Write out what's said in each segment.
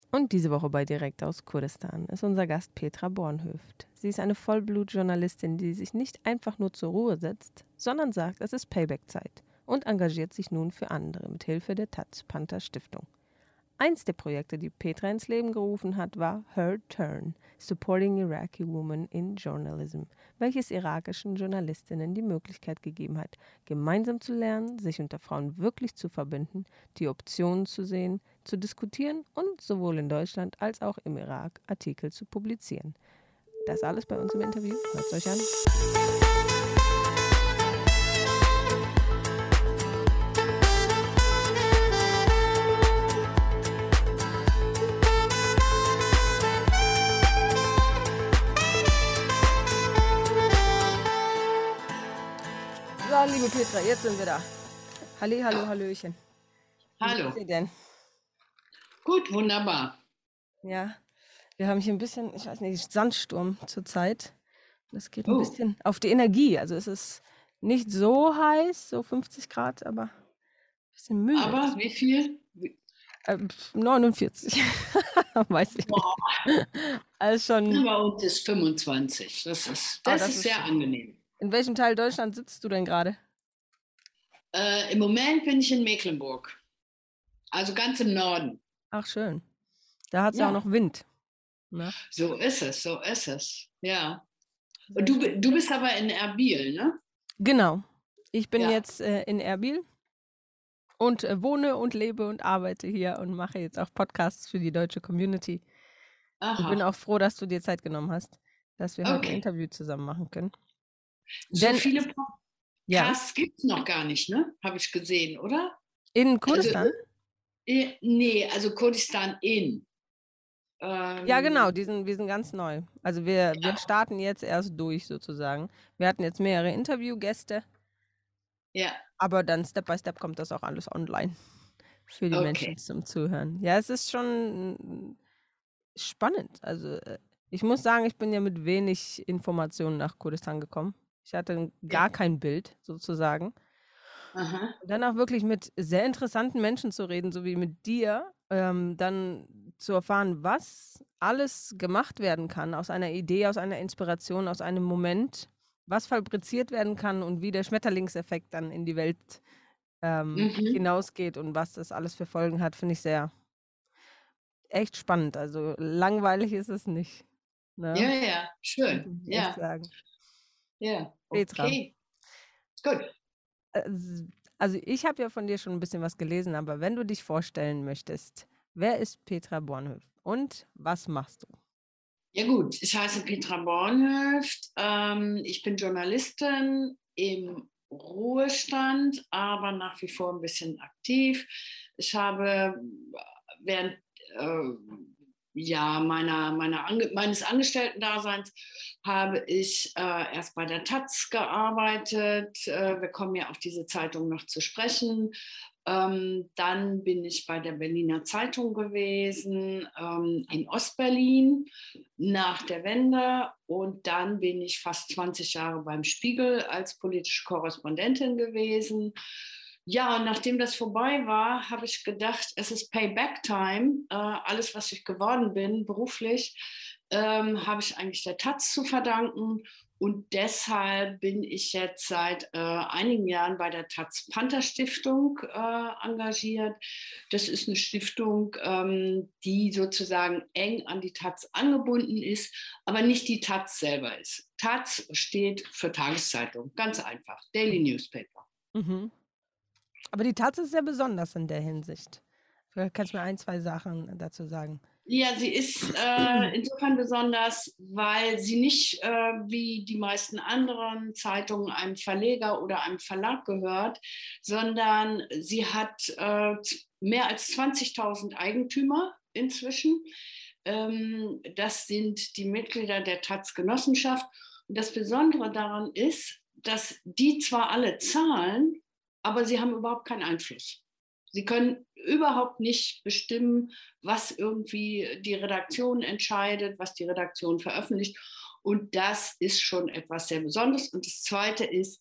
Und diese Woche bei Direkt aus Kurdistan ist unser Gast Petra Bornhöft. Sie ist eine Vollblut-Journalistin, die sich nicht einfach nur zur Ruhe setzt, sondern sagt, es ist Payback-Zeit und engagiert sich nun für andere mit Hilfe der Taz Panther Stiftung. Eins der Projekte, die Petra ins Leben gerufen hat, war Her Turn, Supporting Iraqi Women in Journalism, welches irakischen Journalistinnen die Möglichkeit gegeben hat, gemeinsam zu lernen, sich unter Frauen wirklich zu verbinden, die Optionen zu sehen, zu diskutieren und sowohl in Deutschland als auch im Irak Artikel zu publizieren. Das alles bei uns im Interview. Hört es euch an. So, liebe Petra, jetzt sind wir da. Halli, hallo, hallöchen. Wie Hallo. geht's dir denn? Gut, wunderbar. Ja, wir haben hier ein bisschen, ich weiß nicht, Sandsturm zurzeit. Das geht ein bisschen auf die Energie. Also es ist nicht so heiß, so 50 Grad, aber ein bisschen müde. Aber wie viel? 49. Weiß ich Boah. nicht. Also schon. Bei uns ist 25. Das ist sehr angenehm. In welchem Teil Deutschland sitzt du denn gerade? Im Moment bin ich in Mecklenburg. Also ganz im Norden. Ach, schön. Da hat es ja auch noch Wind. Ne? So ist es, so ist es. Ja. Und du bist aber in Erbil, ne? Genau. Ich bin jetzt in Erbil und wohne und lebe und arbeite hier und mache jetzt auch Podcasts für die deutsche Community. Aha. Ich bin auch froh, dass du dir Zeit genommen hast, dass wir heute ein Interview zusammen machen können. So viele Podcasts gibt es noch gar nicht, ne? Habe ich gesehen, oder? In Kurdistan? Nee, also Kurdistan in. Ja, genau, wir sind ganz neu. Also wir starten jetzt erst durch sozusagen. Wir hatten jetzt mehrere Interviewgäste. Ja. Aber dann Step by Step kommt das auch alles online für die Menschen zum Zuhören. Ja, es ist schon spannend. Also ich muss sagen, ich bin ja mit wenig Informationen nach Kurdistan gekommen. Ich hatte gar kein Bild sozusagen. Aha. Und dann auch wirklich mit sehr interessanten Menschen zu reden, so wie mit dir, dann zu erfahren, was alles gemacht werden kann aus einer Idee, aus einer Inspiration, aus einem Moment, was fabriziert werden kann und wie der Schmetterlingseffekt dann in die Welt hinausgeht und was das alles für Folgen hat, finde ich sehr echt spannend. Also langweilig ist es nicht. Ne? Ja, schön. Muss ich echt sagen. Ja, Petra. okay. Gut. Also ich habe ja von dir schon ein bisschen was gelesen, aber wenn du dich vorstellen möchtest, wer ist Petra Bornhöft und was machst du? Ja gut, ich heiße Petra Bornhöft. Ich bin Journalistin im Ruhestand, aber nach wie vor ein bisschen aktiv. Ich habe während meines Angestellten-Daseins habe ich erst bei der Taz gearbeitet. Wir kommen ja auf diese Zeitung noch zu sprechen. Dann bin ich bei der Berliner Zeitung gewesen, in Ostberlin nach der Wende. Und dann bin ich fast 20 Jahre beim Spiegel als politische Korrespondentin gewesen. Ja, und nachdem das vorbei war, habe ich gedacht, es ist Payback-Time. Alles, was ich geworden bin beruflich, habe ich eigentlich der Taz zu verdanken. Und deshalb bin ich jetzt seit einigen Jahren bei der Taz Panther Stiftung engagiert. Das ist eine Stiftung, die sozusagen eng an die Taz angebunden ist, aber nicht die Taz selber ist. Taz steht für Tageszeitung, ganz einfach, Daily Newspaper. Mhm. Aber die Taz ist sehr besonders in der Hinsicht. Vielleicht kannst du mir 1, 2 Sachen dazu sagen. Ja, sie ist insofern besonders, weil sie nicht wie die meisten anderen Zeitungen einem Verleger oder einem Verlag gehört, sondern sie hat mehr als 20.000 Eigentümer inzwischen. Das sind die Mitglieder der Taz-Genossenschaft. Und das Besondere daran ist, dass die zwar alle zahlen, aber sie haben überhaupt keinen Einfluss. Sie können überhaupt nicht bestimmen, was irgendwie die Redaktion entscheidet, was die Redaktion veröffentlicht. Und das ist schon etwas sehr Besonderes. Und das Zweite ist,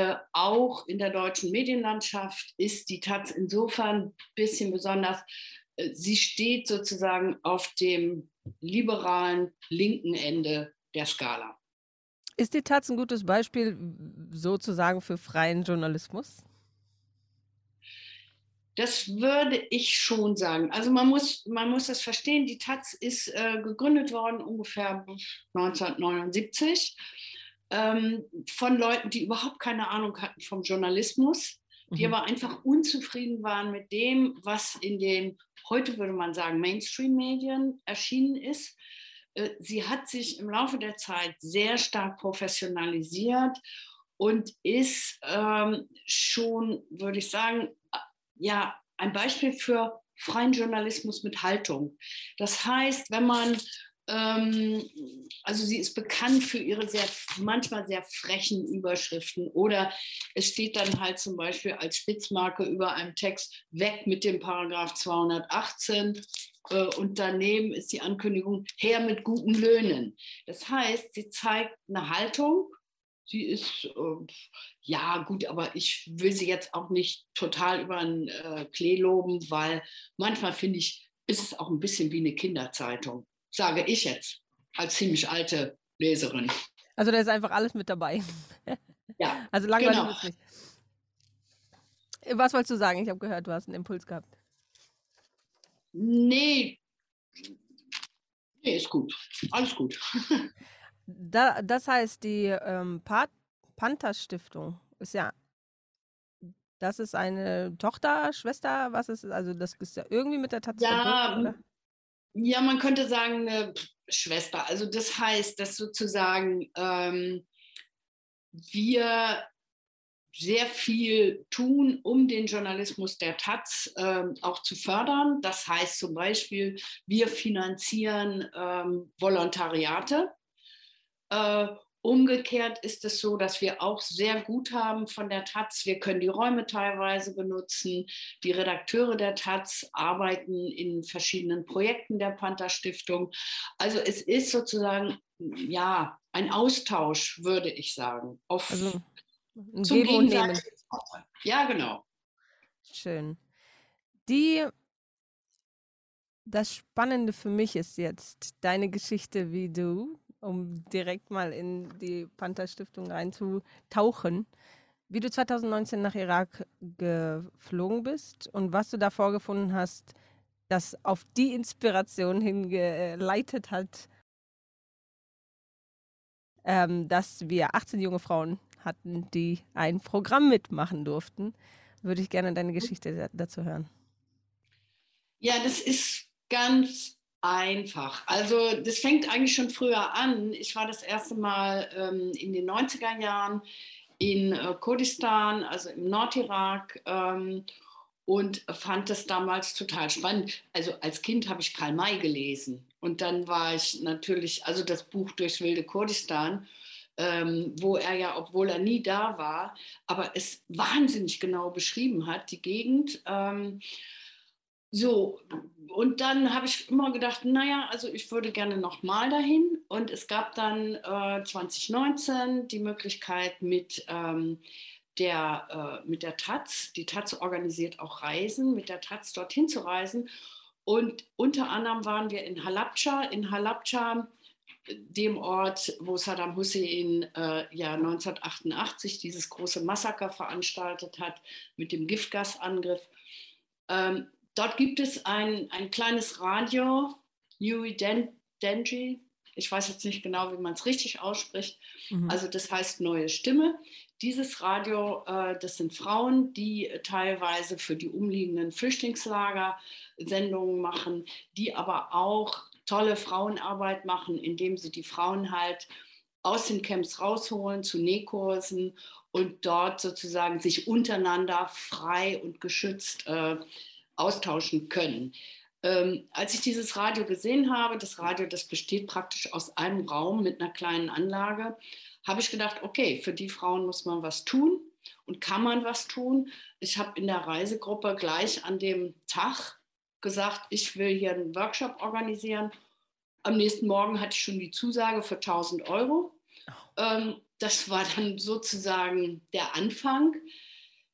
auch in der deutschen Medienlandschaft ist die Taz insofern ein bisschen besonders, sie steht sozusagen auf dem liberalen linken Ende der Skala. Ist die Taz ein gutes Beispiel sozusagen für freien Journalismus? Das würde ich schon sagen. Also man muss das verstehen, die Taz ist gegründet worden ungefähr 1979 von Leuten, die überhaupt keine Ahnung hatten vom Journalismus, die aber einfach unzufrieden waren mit dem, was in den, heute würde man sagen, Mainstream-Medien erschienen ist. Sie hat sich im Laufe der Zeit sehr stark professionalisiert und ist schon, würde ich sagen, ja, ein Beispiel für freien Journalismus mit Haltung. Das heißt, wenn man, also sie ist bekannt für ihre manchmal sehr frechen Überschriften oder es steht dann halt zum Beispiel als Spitzmarke über einem Text weg mit dem Paragraph 218 und daneben ist die Ankündigung her mit guten Löhnen. Das heißt, sie zeigt eine Haltung. Sie ist, ja gut, aber ich will sie jetzt auch nicht total über den Klee loben, weil manchmal finde ich, ist es auch ein bisschen wie eine Kinderzeitung, sage ich jetzt, als ziemlich alte Leserin. Also da ist einfach alles mit dabei. Ja, Also langweilig genau. ist nicht. Was wolltest du sagen? Ich habe gehört, du hast einen Impuls gehabt. Nee, ist gut. Alles gut. Das heißt, die Panther-Stiftung ist ja, das ist eine Tochter, Schwester, was ist, also das ist ja irgendwie mit der Taz verbunden, oder? Ja, man könnte sagen, eine Schwester. Also das heißt, dass sozusagen wir sehr viel tun, um den Journalismus der Taz auch zu fördern. Das heißt zum Beispiel, wir finanzieren Volontariate. Umgekehrt ist es so, dass wir auch sehr gut haben von der Taz. Wir können die Räume teilweise benutzen. Die Redakteure der Taz arbeiten in verschiedenen Projekten der Panther Stiftung. Also es ist sozusagen ja ein Austausch, würde ich sagen, Also ein zum Geben und Nehmen. gegenseitigen Vorteil. Ja, genau. Schön. Das Spannende für mich ist jetzt deine Geschichte, wie du, um direkt mal in die Panther-Stiftung reinzutauchen, wie du 2019 nach Irak geflogen bist und was du da vorgefunden hast, das auf die Inspiration hingeleitet hat, dass wir 18 junge Frauen hatten, die ein Programm mitmachen durften. Würde ich gerne deine Geschichte dazu hören. Ja, das ist ganz einfach. Also das fängt eigentlich schon früher an. Ich war das erste Mal in den 90er Jahren in Kurdistan, also im Nordirak, und fand das damals total spannend. Also als Kind habe ich Karl May gelesen und dann war ich natürlich, also das Buch Durchs wilde Kurdistan, wo er ja, obwohl er nie da war, aber es wahnsinnig genau beschrieben hat, die Gegend. So, und dann habe ich immer gedacht, naja, also ich würde gerne nochmal dahin. Und es gab dann 2019 die Möglichkeit mit der Taz. Die Taz organisiert auch Reisen, mit der Taz dorthin zu reisen. Und unter anderem waren wir in Halabdscha. In Halabdscha, dem Ort, wo Saddam Hussein ja 1988 dieses große Massaker veranstaltet hat mit dem Giftgasangriff. Dort gibt es ein kleines Radio, Nui Denji. Ich weiß jetzt nicht genau, wie man es richtig ausspricht. Also das heißt neue Stimme. Dieses Radio, das sind Frauen, die teilweise für die umliegenden Flüchtlingslager Sendungen machen, die aber auch tolle Frauenarbeit machen, indem sie die Frauen halt aus den Camps rausholen zu Nähkursen und dort sozusagen sich untereinander frei und geschützt austauschen können. Als ich dieses Radio gesehen habe, das Radio, das besteht praktisch aus einem Raum mit einer kleinen Anlage, habe ich gedacht, okay, für die Frauen muss man was tun und kann man was tun. Ich habe in der Reisegruppe gleich an dem Tag gesagt, ich will hier einen Workshop organisieren. Am nächsten Morgen hatte ich schon die Zusage für 1.000 Euro. Das war dann sozusagen der Anfang.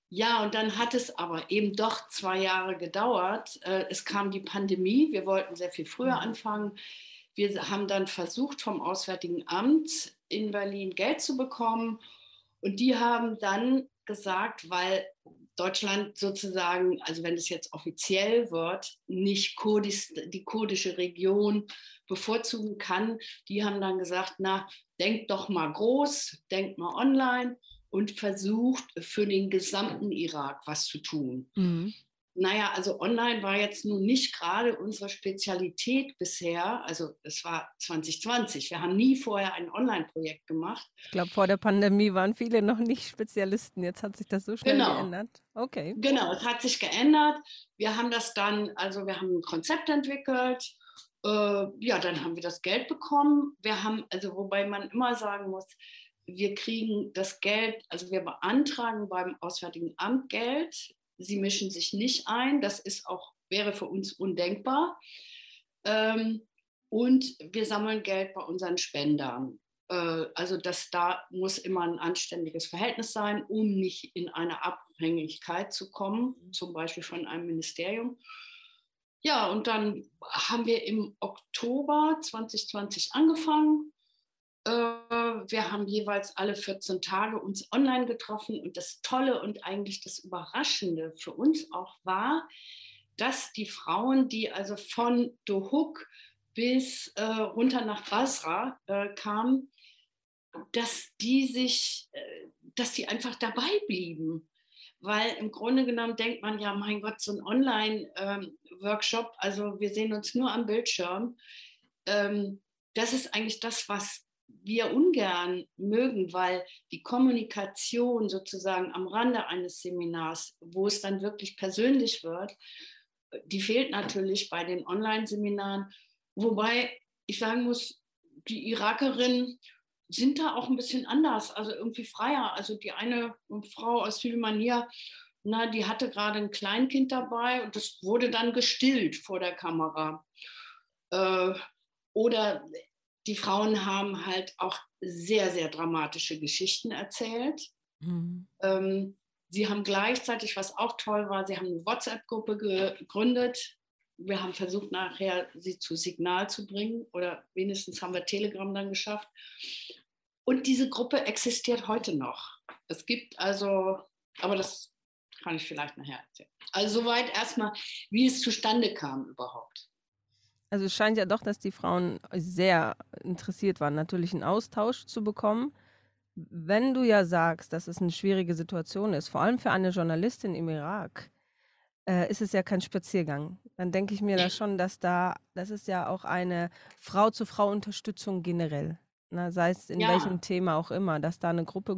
Ja, und dann hat es aber eben doch 2 Jahre gedauert. Es kam die Pandemie. Wir wollten sehr viel früher Mhm. anfangen. Wir haben dann versucht, vom Auswärtigen Amt in Berlin Geld zu bekommen. Und die haben dann gesagt, weil Deutschland sozusagen, also wenn es jetzt offiziell wird, nicht die kurdische Region bevorzugen kann, die haben dann gesagt, na, denkt doch mal groß, denkt mal online und versucht für den gesamten Irak was zu tun. Mhm. Naja, also online war jetzt nun nicht gerade unsere Spezialität bisher. Also es war 2020. Wir haben nie vorher ein Online-Projekt gemacht. Ich glaube, vor der Pandemie waren viele noch nicht Spezialisten. Jetzt hat sich das so schnell Genau, geändert. Okay. genau. Es hat sich geändert. Wir haben das dann, also wir haben ein Konzept entwickelt. Ja, dann haben wir das Geld bekommen. Wir haben, also wobei man immer sagen muss, wir kriegen das Geld, also wir beantragen beim Auswärtigen Amt Geld. Sie mischen sich nicht ein. Das ist auch, wäre für uns undenkbar. Ähm, und wir sammeln Geld bei unseren Spendern. Also da muss immer ein anständiges Verhältnis sein, um nicht in eine Abhängigkeit zu kommen, zum Beispiel von einem Ministerium. Ja, und dann haben wir im Oktober 2020 angefangen. Wir haben jeweils alle 14 Tage uns online getroffen und das Tolle und eigentlich das Überraschende für uns auch war, dass die Frauen, die also von Dohuk bis runter nach Basra kamen, dass die einfach dabei blieben. Weil im Grunde genommen denkt man ja, mein Gott, so ein Online-Workshop, also wir sehen uns nur am Bildschirm. Ähm, Das ist eigentlich das, was wir ungern mögen, weil die Kommunikation sozusagen am Rande eines Seminars, wo es dann wirklich persönlich wird, die fehlt natürlich bei den Online-Seminaren. Wobei ich sagen muss, die Irakerinnen sind da auch ein bisschen anders, also irgendwie freier. Also die eine Frau aus Süleymaniye, na, die hatte gerade ein Kleinkind dabei und das wurde dann gestillt vor der Kamera. Äh, oder die Frauen haben halt auch sehr, sehr dramatische Geschichten erzählt. Mhm. Ähm, Sie haben gleichzeitig, was auch toll war, sie haben eine WhatsApp-Gruppe gegründet. Wir haben versucht, nachher sie zu Signal zu bringen oder wenigstens haben wir Telegram dann geschafft. Und diese Gruppe existiert heute noch. Es gibt also, aber das kann ich vielleicht nachher erzählen. Also soweit erstmal, wie es zustande kam überhaupt. Also es scheint ja doch, dass die Frauen sehr interessiert waren, natürlich einen Austausch zu bekommen. Wenn du ja sagst, dass es eine schwierige Situation ist, vor allem für eine Journalistin im Irak, ist es ja kein Spaziergang. Dann denke ich mir da schon, das ist ja auch eine Frau-zu-Frau-Unterstützung generell. Ne? Sei es in welchem Ja, Thema auch immer, dass da eine Gruppe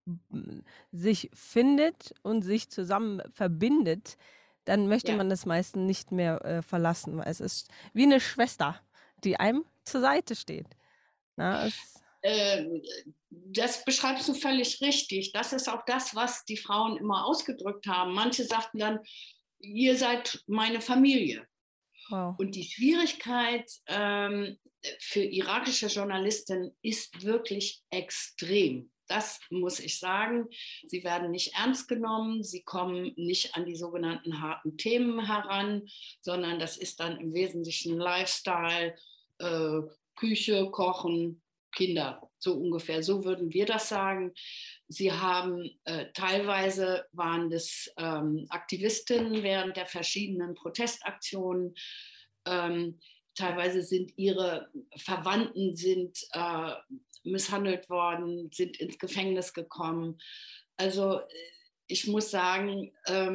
sich findet und sich zusammen verbindet, dann möchte ja. man das meistens nicht mehr verlassen, weil es ist wie eine Schwester, die einem zur Seite steht. Na, Ähm, Das beschreibst du völlig richtig. Das ist auch das, was die Frauen immer ausgedrückt haben. Manche sagten dann, ihr seid meine Familie. wow. Und die Schwierigkeit für irakische Journalistinnen ist wirklich extrem. Das muss ich sagen. Sie werden nicht ernst genommen, sie kommen nicht an die sogenannten harten Themen heran, sondern das ist dann im Wesentlichen Lifestyle, äh, Küche, Kochen, Kinder, so ungefähr. So würden wir das sagen. Sie haben teilweise waren das Aktivistinnen während der verschiedenen Protestaktionen. Ähm, Teilweise sind ihre Verwandten misshandelt worden, sind ins Gefängnis gekommen. Also ich muss sagen,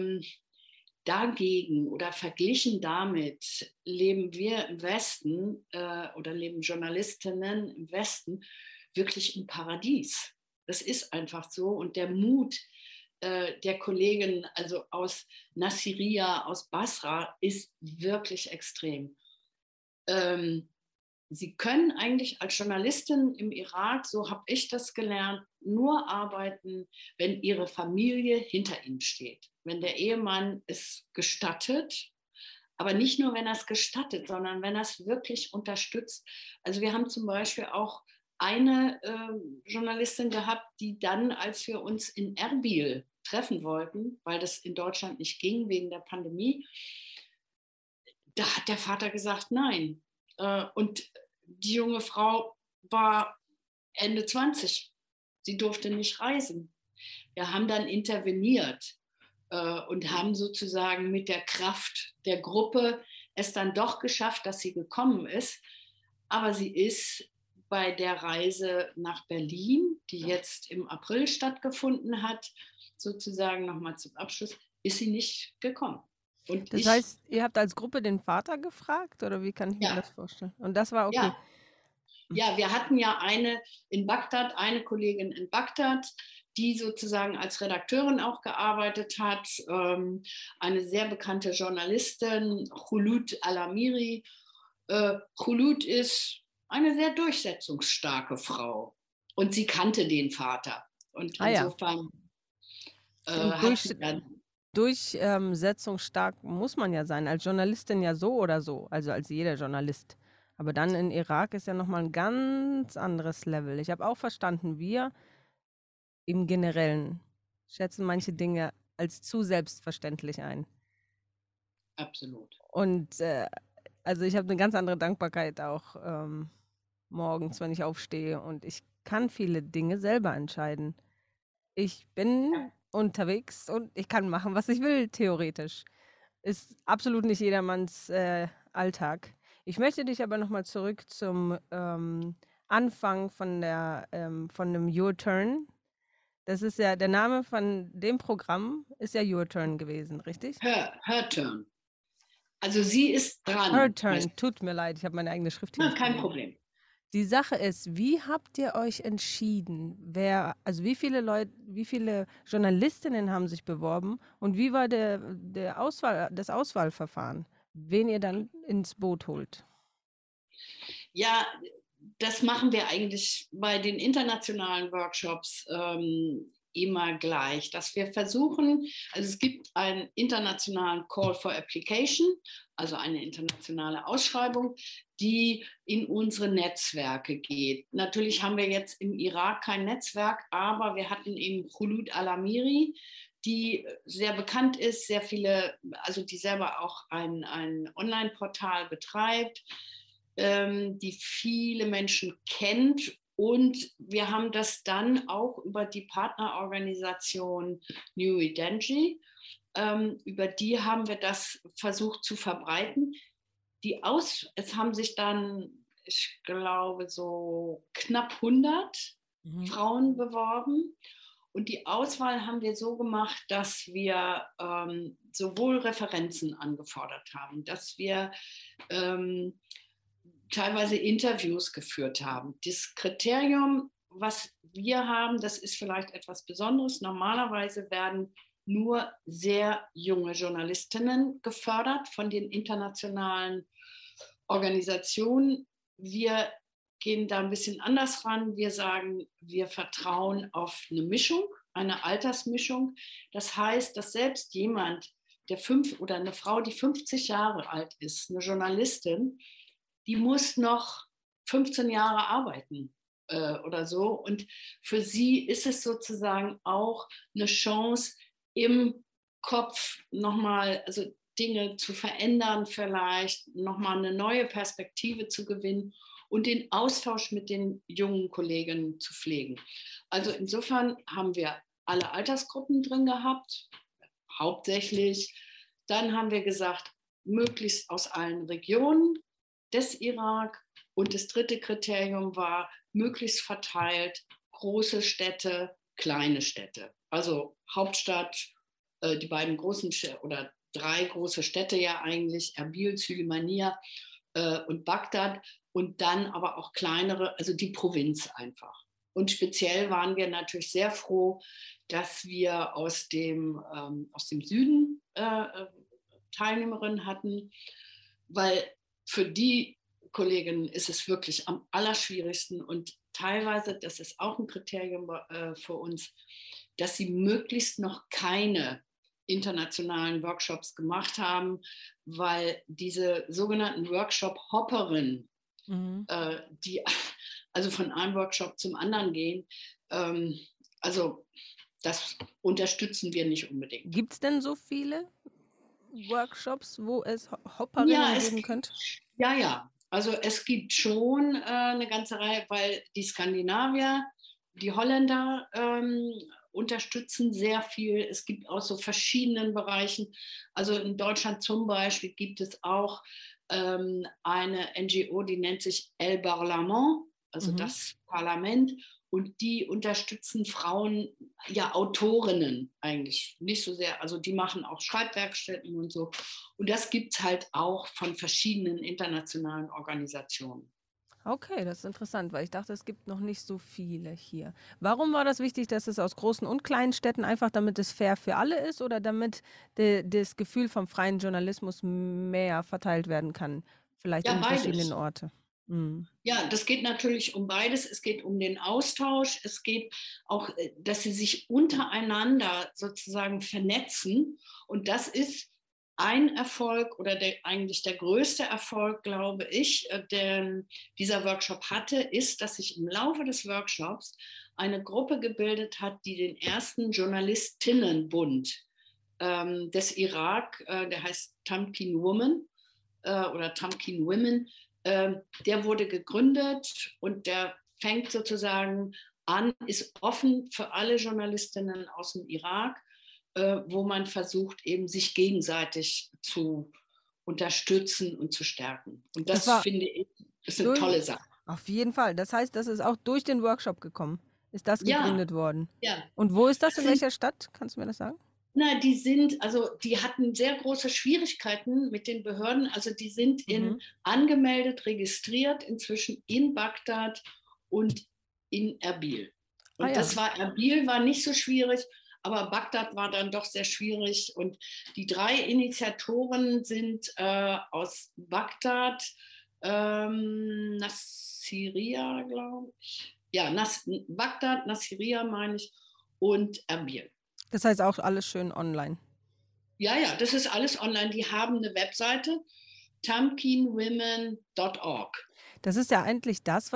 dagegen oder verglichen damit leben wir im Westen oder leben Journalistinnen im Westen wirklich im Paradies. Das ist einfach so. Und der Mut der Kolleginnen, also aus Nasiriyah, aus Basra, ist wirklich extrem. Ähm, Sie können eigentlich als Journalistin im Irak, so habe ich das gelernt, nur arbeiten, wenn Ihre Familie hinter Ihnen steht. Wenn der Ehemann es gestattet, aber nicht nur, wenn er es gestattet, sondern wenn er es wirklich unterstützt. Also wir haben zum Beispiel auch eine Journalistin gehabt, die dann, als wir uns in Erbil treffen wollten, weil das in Deutschland nicht ging wegen der Pandemie, da hat der Vater gesagt, nein. Und die junge Frau war Ende 20. Sie durfte nicht reisen. Wir haben dann interveniert und haben sozusagen mit der Kraft der Gruppe es dann doch geschafft, dass sie gekommen ist. Aber sie ist bei der Reise nach Berlin, die jetzt im April stattgefunden hat, sozusagen nochmal zum Abschluss, ist sie nicht gekommen. Und Das heißt, ihr habt als Gruppe den Vater gefragt oder wie kann ich mir das ja, vorstellen? Und das war okay. ja, ja, wir hatten ja eine Kollegin in Bagdad, die sozusagen als Redakteurin auch gearbeitet hat, eine sehr bekannte Journalistin, Khulud Alamiri. Khulud ist eine sehr durchsetzungsstarke Frau und sie kannte den Vater. Und insofern hat sie dann... Durchsetzungsstark muss man ja sein, als Journalistin ja so oder so, also als jeder Journalist. Aber dann in Irak ist ja nochmal ein ganz anderes Level. Ich habe auch verstanden, wir im Generellen schätzen manche Dinge als zu selbstverständlich ein. Absolut. Und also ich habe eine ganz andere Dankbarkeit auch morgens, wenn ich aufstehe und ich kann viele Dinge selber entscheiden. Ich bin unterwegs und ich kann machen, was ich will, theoretisch. Ist absolut nicht jedermanns Alltag. Ich möchte dich aber nochmal zurück zum Anfang von dem Your Turn. Das ist ja, der Name von dem Programm ist ja Your Turn gewesen, richtig? Her Turn. Also sie ist dran. Her Turn, tut mir leid, ich habe meine eigene Schrift hier nicht Kein gesehen. Problem. Die Sache ist, wie habt ihr euch entschieden, also wie viele Journalistinnen haben sich beworben und wie war das Auswahlverfahren, wen ihr dann ins Boot holt? Ja, das machen wir eigentlich bei den internationalen Workshops immer gleich, dass wir versuchen, also es gibt einen internationalen Call for Application, also eine internationale Ausschreibung, die in unsere Netzwerke geht. Natürlich haben wir jetzt im Irak kein Netzwerk, aber wir hatten eben Khulud Alamiri, die sehr bekannt ist, sehr viele, also die selber auch ein Online-Portal betreibt, die viele Menschen kennt. Und wir haben das dann auch über die Partnerorganisation New Identity, über die haben wir das versucht zu verbreiten. Es haben sich dann, ich glaube, so knapp 100 Frauen beworben. Und die Auswahl haben wir so gemacht, dass wir sowohl Referenzen angefordert haben, dass wir teilweise Interviews geführt haben. Das Kriterium, was wir haben, das ist vielleicht etwas Besonderes. Normalerweise werden nur sehr junge Journalistinnen gefördert von den internationalen Organisationen. Wir gehen da ein bisschen anders ran. Wir sagen, wir vertrauen auf eine Mischung, eine Altersmischung. Das heißt, dass selbst jemand, oder eine Frau, die 50 Jahre alt ist, eine Journalistin, die muss noch 15 Jahre arbeiten oder so. Und für sie ist es sozusagen auch eine Chance, im Kopf nochmal, also Dinge zu verändern, vielleicht nochmal eine neue Perspektive zu gewinnen und den Austausch mit den jungen Kollegen zu pflegen. Also insofern haben wir alle Altersgruppen drin gehabt, hauptsächlich. Dann haben wir gesagt, möglichst aus allen Regionen des Irak. Und das dritte Kriterium war möglichst verteilt, große Städte, kleine Städte. Also Hauptstadt, die beiden großen oder 3 große Städte ja eigentlich, Erbil, Süleymaniye und Bagdad. Und dann aber auch kleinere, also die Provinz einfach. Und speziell waren wir natürlich sehr froh, dass wir aus dem Süden Teilnehmerinnen hatten, weil für die Kolleginnen ist es wirklich am allerschwierigsten und teilweise, das ist auch ein Kriterium für uns, dass sie möglichst noch keine internationalen Workshops gemacht haben, weil diese sogenannten Workshop-Hopperinnen, die also von einem Workshop zum anderen gehen, also das unterstützen wir nicht unbedingt. Gibt es denn so viele Workshops, wo es Ja, Hopperinnen geben könnte? ja. Also es gibt schon eine ganze Reihe, weil die Skandinavier, die Holländer unterstützen sehr viel. Es gibt aus so verschiedenen Bereichen. Also in Deutschland zum Beispiel gibt es auch eine NGO, die nennt sich El Parlament, also Mhm. das Parlament. Und die unterstützen Frauen, ja, Autorinnen eigentlich nicht so sehr. Also die machen auch Schreibwerkstätten und so. Und das gibt es halt auch von verschiedenen internationalen Organisationen. Okay, das ist interessant, weil ich dachte, es gibt noch nicht so viele hier. Warum war das wichtig, dass es aus großen und kleinen Städten einfach, damit es fair für alle ist oder damit das Gefühl vom freien Journalismus mehr verteilt werden kann, vielleicht Ja, in die verschiedenen beides. Orte? Mhm. Ja, das geht natürlich um beides. Es geht um den Austausch. Es geht auch, dass sie sich untereinander sozusagen vernetzen. Und das ist ein Erfolg oder eigentlich der größte Erfolg, glaube ich, den dieser Workshop hatte, ist, dass sich im Laufe des Workshops eine Gruppe gebildet hat, die den ersten Journalistinnenbund des Irak, der heißt Tamkin Women oder Tamkin Women, der wurde gegründet und der fängt sozusagen an, ist offen für alle Journalistinnen aus dem Irak, wo man versucht, eben sich gegenseitig zu unterstützen und zu stärken. Und Das das war finde ich, ist eine durch, tolle Sache. auf jeden Fall. Das heißt, das ist auch durch den Workshop gekommen. Ist das Ja, gegründet worden? ja. Und wo ist das? Das In sind welcher Stadt? Kannst du mir das sagen? Na, die hatten sehr große Schwierigkeiten mit den Behörden. Also die sind Mhm. angemeldet, registriert inzwischen in Bagdad und in Erbil. Ah Und ja. Erbil war nicht so schwierig, aber Bagdad war dann doch sehr schwierig. Und die 3 Initiatoren sind aus Bagdad, Nasiriyah, glaube ich. Ja, Bagdad, Nasiriyah meine ich, und Erbil. Das heißt auch alles schön online. Ja, das ist alles online. Die haben eine Webseite, tamkinwomen.org. Das ist ja eigentlich das,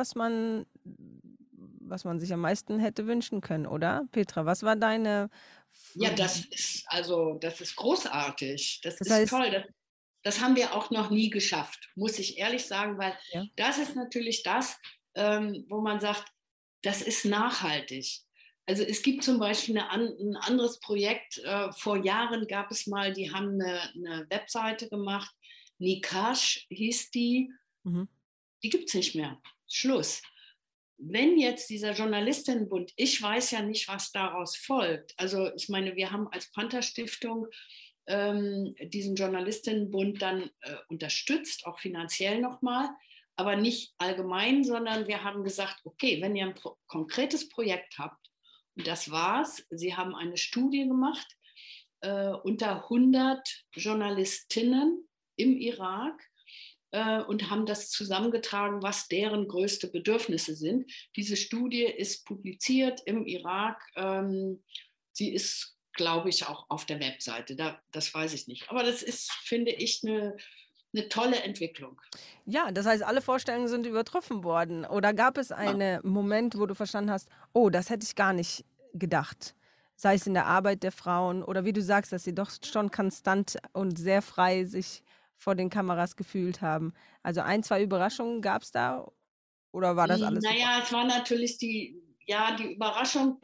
was man sich am meisten hätte wünschen können, oder? Petra, was war deine Ja, das ist großartig. Das das ist heißt, toll. Das haben wir auch noch nie geschafft, muss ich ehrlich sagen, weil ja. das ist natürlich das, wo man sagt, das ist nachhaltig. Also es gibt zum Beispiel ein anderes Projekt, vor Jahren gab es mal, die haben eine Webseite gemacht, Nikash hieß Mhm. die gibt es nicht mehr. Schluss. Wenn jetzt dieser Journalistinnenbund, ich weiß ja nicht, was daraus folgt. Also ich meine, wir haben als Panther-Stiftung diesen Journalistinnenbund dann unterstützt, auch finanziell nochmal, aber nicht allgemein, sondern wir haben gesagt, okay, wenn ihr ein konkretes Projekt habt, und das war's, sie haben eine Studie gemacht unter 100 Journalistinnen im Irak, und haben das zusammengetragen, was deren größte Bedürfnisse sind. Diese Studie ist publiziert im Irak. Sie ist, glaube ich, auch auf der Webseite. Das weiß ich nicht. Aber das ist, finde ich, eine tolle Entwicklung. Ja, das heißt, alle Vorstellungen sind übertroffen worden. Oder gab es Ja. einen Moment, wo du verstanden hast, oh, das hätte ich gar nicht gedacht? Sei es in der Arbeit der Frauen oder wie du sagst, dass sie doch schon konstant und sehr frei sich vor den Kameras gefühlt haben. Also ein, zwei Überraschungen gab es da oder war das alles super? Naja, es war natürlich die Überraschung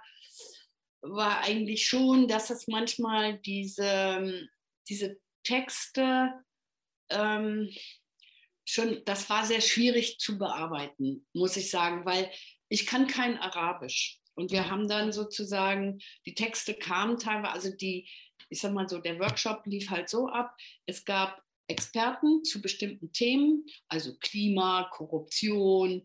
war eigentlich schon, dass es manchmal diese Texte ähm, schon, das war sehr schwierig zu bearbeiten, muss ich sagen, weil ich kann kein Arabisch. Und wir Mhm. haben dann sozusagen, die Texte kamen teilweise, also ich sag mal so, der Workshop lief halt so ab, es gab Experten zu bestimmten Themen, also Klima, Korruption,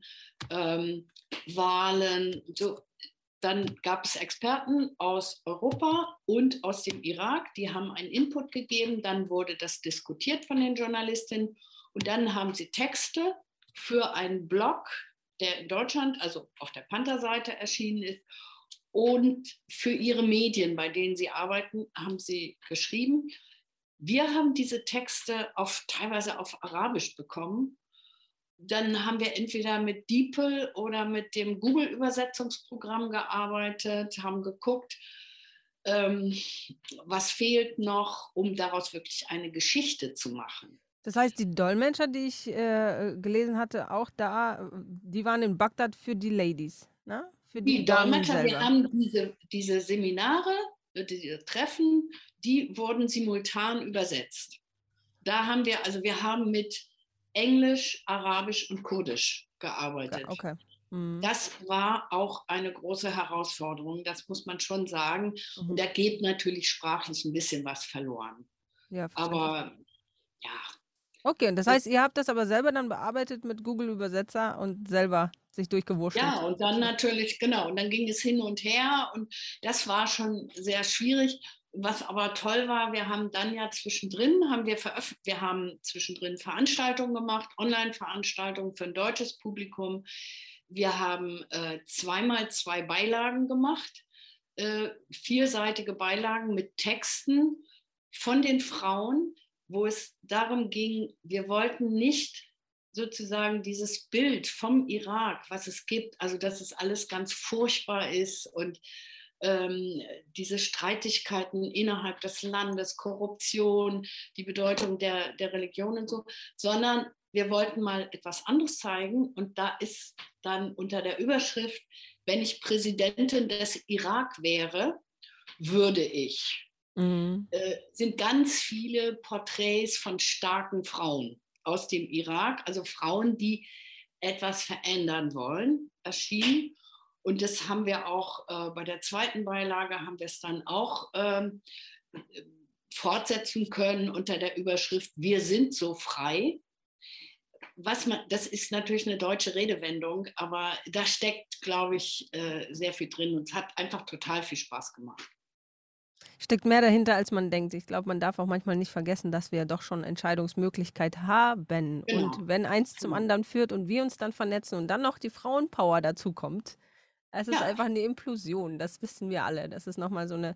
Wahlen, so. Dann gab es Experten aus Europa und aus dem Irak, die haben einen Input gegeben, dann wurde das diskutiert von den Journalistinnen und dann haben sie Texte für einen Blog, der in Deutschland, also auf der Panther-Seite erschienen ist, und für ihre Medien, bei denen sie arbeiten, haben sie geschrieben. Wir haben diese Texte teilweise auf Arabisch bekommen, dann haben wir entweder mit DeepL oder mit dem Google-Übersetzungsprogramm gearbeitet, haben geguckt, ähm, was fehlt noch, um daraus wirklich eine Geschichte zu machen. Das heißt, die Dolmetscher, die ich, gelesen hatte, auch da, die waren in Bagdad für die Ladies, ne? Für die Die Damen Dolmetscher, wir selber. haben diese Seminare, diese Treffen, die wurden simultan übersetzt. Wir haben mit Englisch, Arabisch und Kurdisch gearbeitet. Okay. Mhm. Das war auch eine große Herausforderung, das muss man schon sagen. Und Mhm. da geht natürlich sprachlich ein bisschen was verloren. Ja, verständlich. Aber ja, Okay, und das das, heißt, ihr habt das aber selber dann bearbeitet mit Google Übersetzer und selber sich durchgewurschtelt ja, und dann sozusagen? natürlich, genau, und dann ging es hin und her und das war schon sehr schwierig. Was aber toll war, wir haben dann ja zwischendrin, wir haben zwischendrin Veranstaltungen gemacht, Online-Veranstaltungen für ein deutsches Publikum. Wir haben zweimal 2 Beilagen gemacht, vierseitige Beilagen mit Texten von den Frauen, wo es darum ging, wir wollten nicht sozusagen dieses Bild vom Irak, was es gibt, also dass es alles ganz furchtbar ist und diese Streitigkeiten innerhalb des Landes, Korruption, die Bedeutung der Religion und so, sondern wir wollten mal etwas anderes zeigen und da ist dann unter der Überschrift, wenn ich Präsidentin des Irak wäre, würde ich, Mhm. sind ganz viele Porträts von starken Frauen aus dem Irak, also Frauen, die etwas verändern wollen, erschienen. Und das haben wir auch bei der zweiten Beilage, haben wir es dann auch fortsetzen können unter der Überschrift Wir sind so frei. Das ist natürlich eine deutsche Redewendung, aber da steckt, glaube ich, sehr viel drin und es hat einfach total viel Spaß gemacht. Steckt mehr dahinter, als man denkt. Ich glaube, man darf auch manchmal nicht vergessen, dass wir ja doch schon Entscheidungsmöglichkeit haben. Genau, Und wenn eins zum genau. anderen führt und wir uns dann vernetzen und dann noch die Frauenpower dazukommt, es ist Ja, einfach eine Implosion. Das wissen wir alle. Das ist noch mal so eine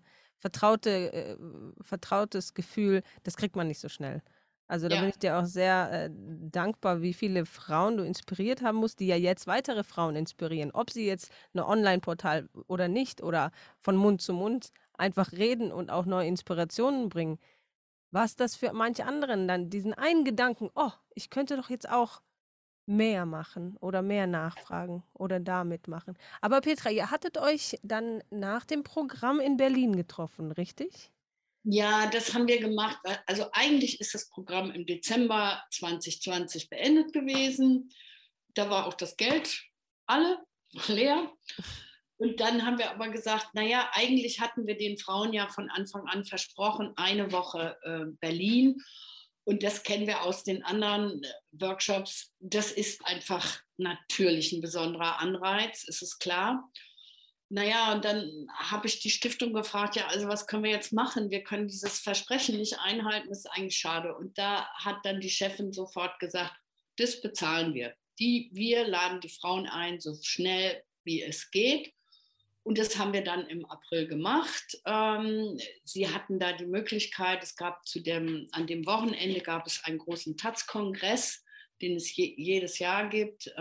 vertrautes Gefühl, das kriegt man nicht so schnell. Also, da bin ja, ich dir auch sehr, dankbar, wie viele Frauen du inspiriert haben musst, die ja jetzt weitere Frauen inspirieren. Ob sie jetzt 'ne Onlineportal oder nicht oder von Mund zu Mund einfach reden und auch neue Inspirationen bringen. Was das für manche anderen dann diesen einen Gedanken: „Oh, ich könnte doch jetzt auch mehr machen oder mehr nachfragen oder da mitmachen.“ Aber Petra, ihr hattet euch dann nach dem Programm in Berlin getroffen, richtig? ja, das haben wir gemacht. Also eigentlich ist das Programm im Dezember 2020 beendet gewesen. Da war auch das Geld alle leer. Und dann haben wir aber gesagt, naja, eigentlich hatten wir den Frauen ja von Anfang an versprochen, eine Woche Berlin. Und das kennen wir aus den anderen Workshops. Das ist einfach natürlich ein besonderer Anreiz, ist es klar. Naja, und dann habe ich die Stiftung gefragt, ja, also was können wir jetzt machen? Wir können dieses Versprechen nicht einhalten, das ist eigentlich schade. Und da hat dann die Chefin sofort gesagt, das bezahlen wir. Wir laden die Frauen ein, so schnell wie es geht. Und das haben wir dann im April gemacht. Sie hatten da die Möglichkeit, an dem Wochenende gab es einen großen Taz-Kongress, den es jedes Jahr gibt,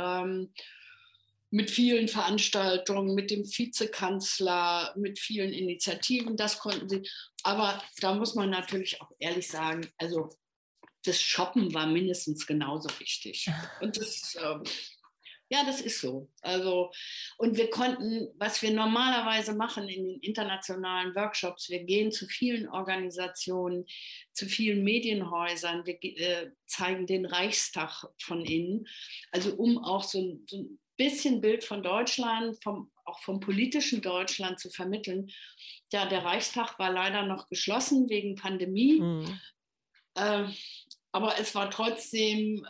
mit vielen Veranstaltungen, mit dem Vizekanzler, mit vielen Initiativen. Das konnten sie. Aber da muss man natürlich auch ehrlich sagen, also das Shoppen war mindestens genauso wichtig. Und ja, das ist so. Also, und wir konnten, was wir normalerweise machen in den internationalen Workshops, wir gehen zu vielen Organisationen, zu vielen Medienhäusern, wir zeigen den Reichstag von innen, also um auch so ein bisschen Bild von Deutschland, auch vom politischen Deutschland zu vermitteln. Ja, der Reichstag war leider noch geschlossen wegen Pandemie. Mhm. Äh, aber es war trotzdem,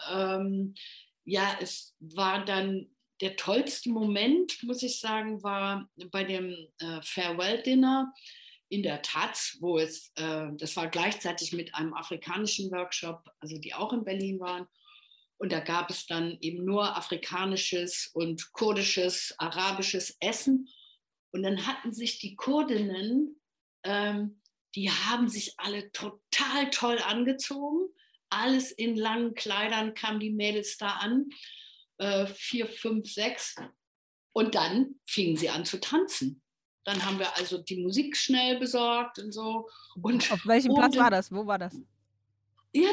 ja, es war dann der tollste Moment, muss ich sagen, war bei dem Farewell-Dinner in der Taz, das war gleichzeitig mit einem afrikanischen Workshop, also die auch in Berlin waren. Und da gab es dann eben nur afrikanisches und kurdisches, arabisches Essen. Und dann hatten sich die Kurdinnen, die haben sich alle total toll angezogen. Alles in langen Kleidern kamen die Mädels da an. 4, 5, 6. Und dann fingen sie an zu tanzen. Dann haben wir also die Musik schnell besorgt und so. Und auf welchem Platz war das? Wo war das? Ja,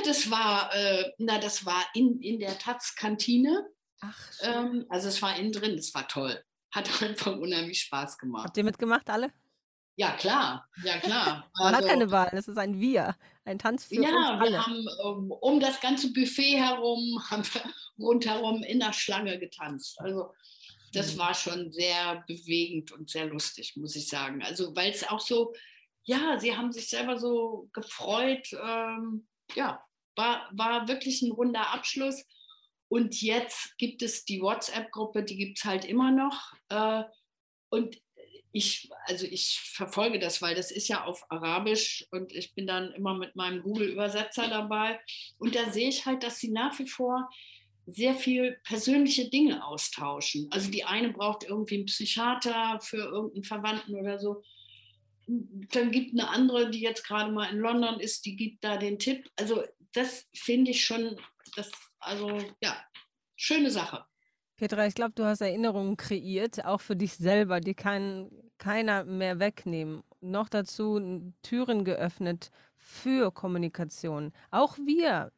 das war in der Taz-Kantine. Ach, schön. Also es war innen drin, das war toll. Hat einfach unheimlich Spaß gemacht. Habt ihr mitgemacht alle? Ja, klar, ja, klar. Man hat Also, keine Wahl, das ist ein Wir, ein Tanz für uns ja, wir alle. haben um das ganze Buffet herum, haben wir rundherum in der Schlange getanzt. Also das war schon sehr bewegend und sehr lustig, muss ich sagen. Also weil es auch so, ja, sie haben sich selber so gefreut. Ja, war wirklich ein runder Abschluss. Und jetzt gibt es die WhatsApp-Gruppe, die gibt es halt immer noch. Und ich verfolge das, weil das ist ja auf Arabisch und ich bin dann immer mit meinem Google-Übersetzer dabei. Und da sehe ich halt, dass sie nach wie vor sehr viel persönliche Dinge austauschen. Also die eine braucht irgendwie einen Psychiater für irgendeinen Verwandten oder so. Dann gibt eine andere, die jetzt gerade mal in London ist, die gibt da den Tipp. Also das finde ich schon, also ja, schöne Sache. Petra, ich glaube, du hast Erinnerungen kreiert, auch für dich selber, die kann keiner mehr wegnehmen. Noch dazu Türen geöffnet für Kommunikation. Auch wir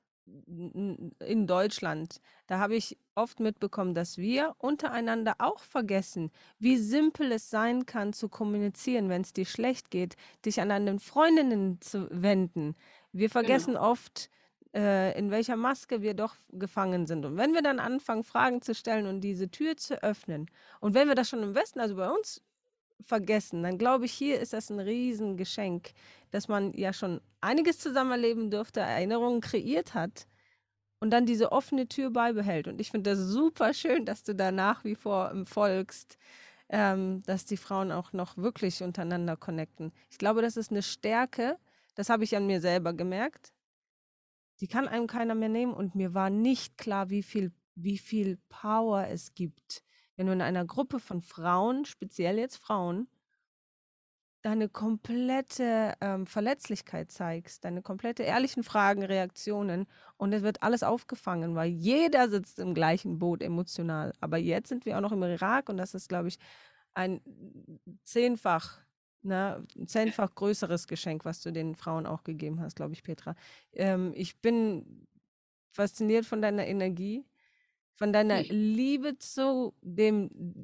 in Deutschland, da habe ich oft mitbekommen, dass wir untereinander auch vergessen, wie simpel es sein kann zu kommunizieren, wenn es dir schlecht geht, dich an deine Freundinnen zu wenden. Wir vergessen Genau. oft, in welcher Maske wir doch gefangen sind. Und wenn wir dann anfangen, Fragen zu stellen und diese Tür zu öffnen, und wenn wir das schon im Westen, also bei uns, vergessen, dann glaube ich, hier ist das ein Riesengeschenk, dass man ja schon einiges zusammen erleben durfte, Erinnerungen kreiert hat und dann diese offene Tür beibehält. Und ich finde das super schön, dass du da nach wie vor folgst, dass die Frauen auch noch wirklich untereinander connecten. Ich glaube, das ist eine Stärke, das habe ich an mir selber gemerkt. Die kann einem keiner mehr nehmen und mir war nicht klar, wie viel Power es gibt, wenn du in einer Gruppe von Frauen, speziell jetzt Frauen, deine komplette Verletzlichkeit zeigst, deine komplette ehrlichen Fragen, Reaktionen und es wird alles aufgefangen, weil jeder sitzt im gleichen Boot emotional. Aber jetzt sind wir auch noch im Irak und das ist, glaube ich, ein zehnfach, zehnfach größeres Geschenk, was du den Frauen auch gegeben hast, glaube ich, Petra. Ich bin fasziniert von deiner Energie, von deiner Liebe zu dem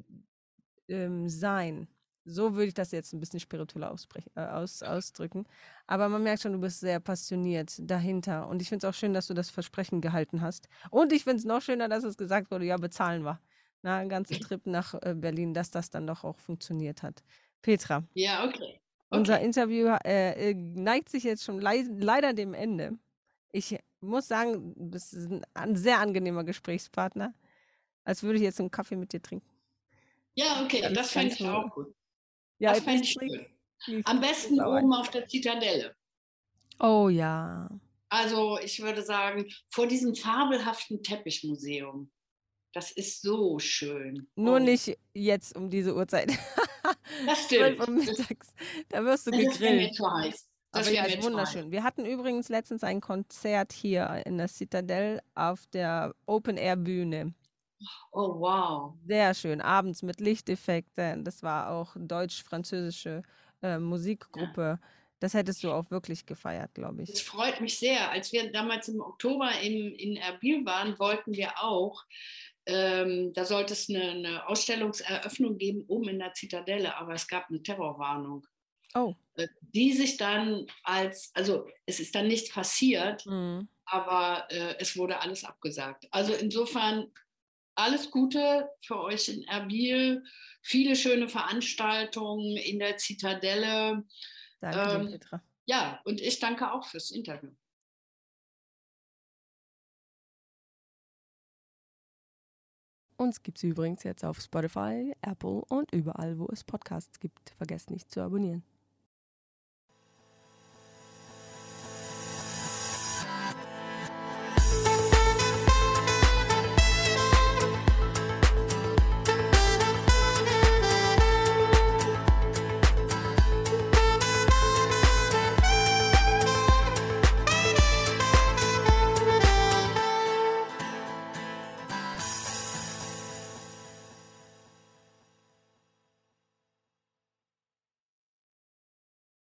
Sein. So würde ich das jetzt ein bisschen spirituell ausdrücken. Aber man merkt schon, du bist sehr passioniert dahinter. Und ich finde es auch schön, dass du das Versprechen gehalten hast. Und ich finde es noch schöner, dass es gesagt wurde, ja, bezahlen wir. Na, ein ganzer Trip nach Berlin, dass das dann doch auch funktioniert hat. Petra, Ja, okay. unser Okay. Interview neigt sich jetzt schon leider dem Ende. Ich muss sagen, du bist ein sehr angenehmer Gesprächspartner, als würde ich jetzt einen Kaffee mit dir trinken. Ja, okay, Ganz, das fände ganz ich so. auch gut. Ja, Das jetzt fände nicht ich trinken. schön. Ich Am trinke jetzt besten auch ein. oben auf der Zitadelle. Oh ja. Also ich würde sagen, vor diesem fabelhaften Teppichmuseum. Das ist so schön. Nur Oh, nicht jetzt um diese Uhrzeit. das 12 stimmt. Uhr mittags. Da wirst du Das wäre mir gegrillt. zu heiß. Aber Das ja, wäre ist mir zu heiß. wunderschön. Wir hatten übrigens letztens ein Konzert hier in der Citadel auf der Open-Air-Bühne. Oh, wow. Sehr schön. Abends mit Lichteffekten. Das war auch deutsch-französische Ja. Musikgruppe. Das hättest du auch wirklich gefeiert, glaube Es ich. freut mich sehr. Als wir damals im Oktober in Erbil waren, wollten wir auch, da sollte es eine Ausstellungseröffnung geben, oben in der Zitadelle, aber es gab eine Terrorwarnung, Oh. die sich dann also es ist dann nichts passiert, Mhm. aber es wurde alles abgesagt. Also insofern alles Gute für euch in Erbil, viele schöne Veranstaltungen in der Zitadelle. Danke dir, Ähm, Petra. ja, und ich danke auch fürs Interview. Uns gibt es übrigens jetzt auf Spotify, Apple und überall, wo es Podcasts gibt. Vergesst nicht zu abonnieren.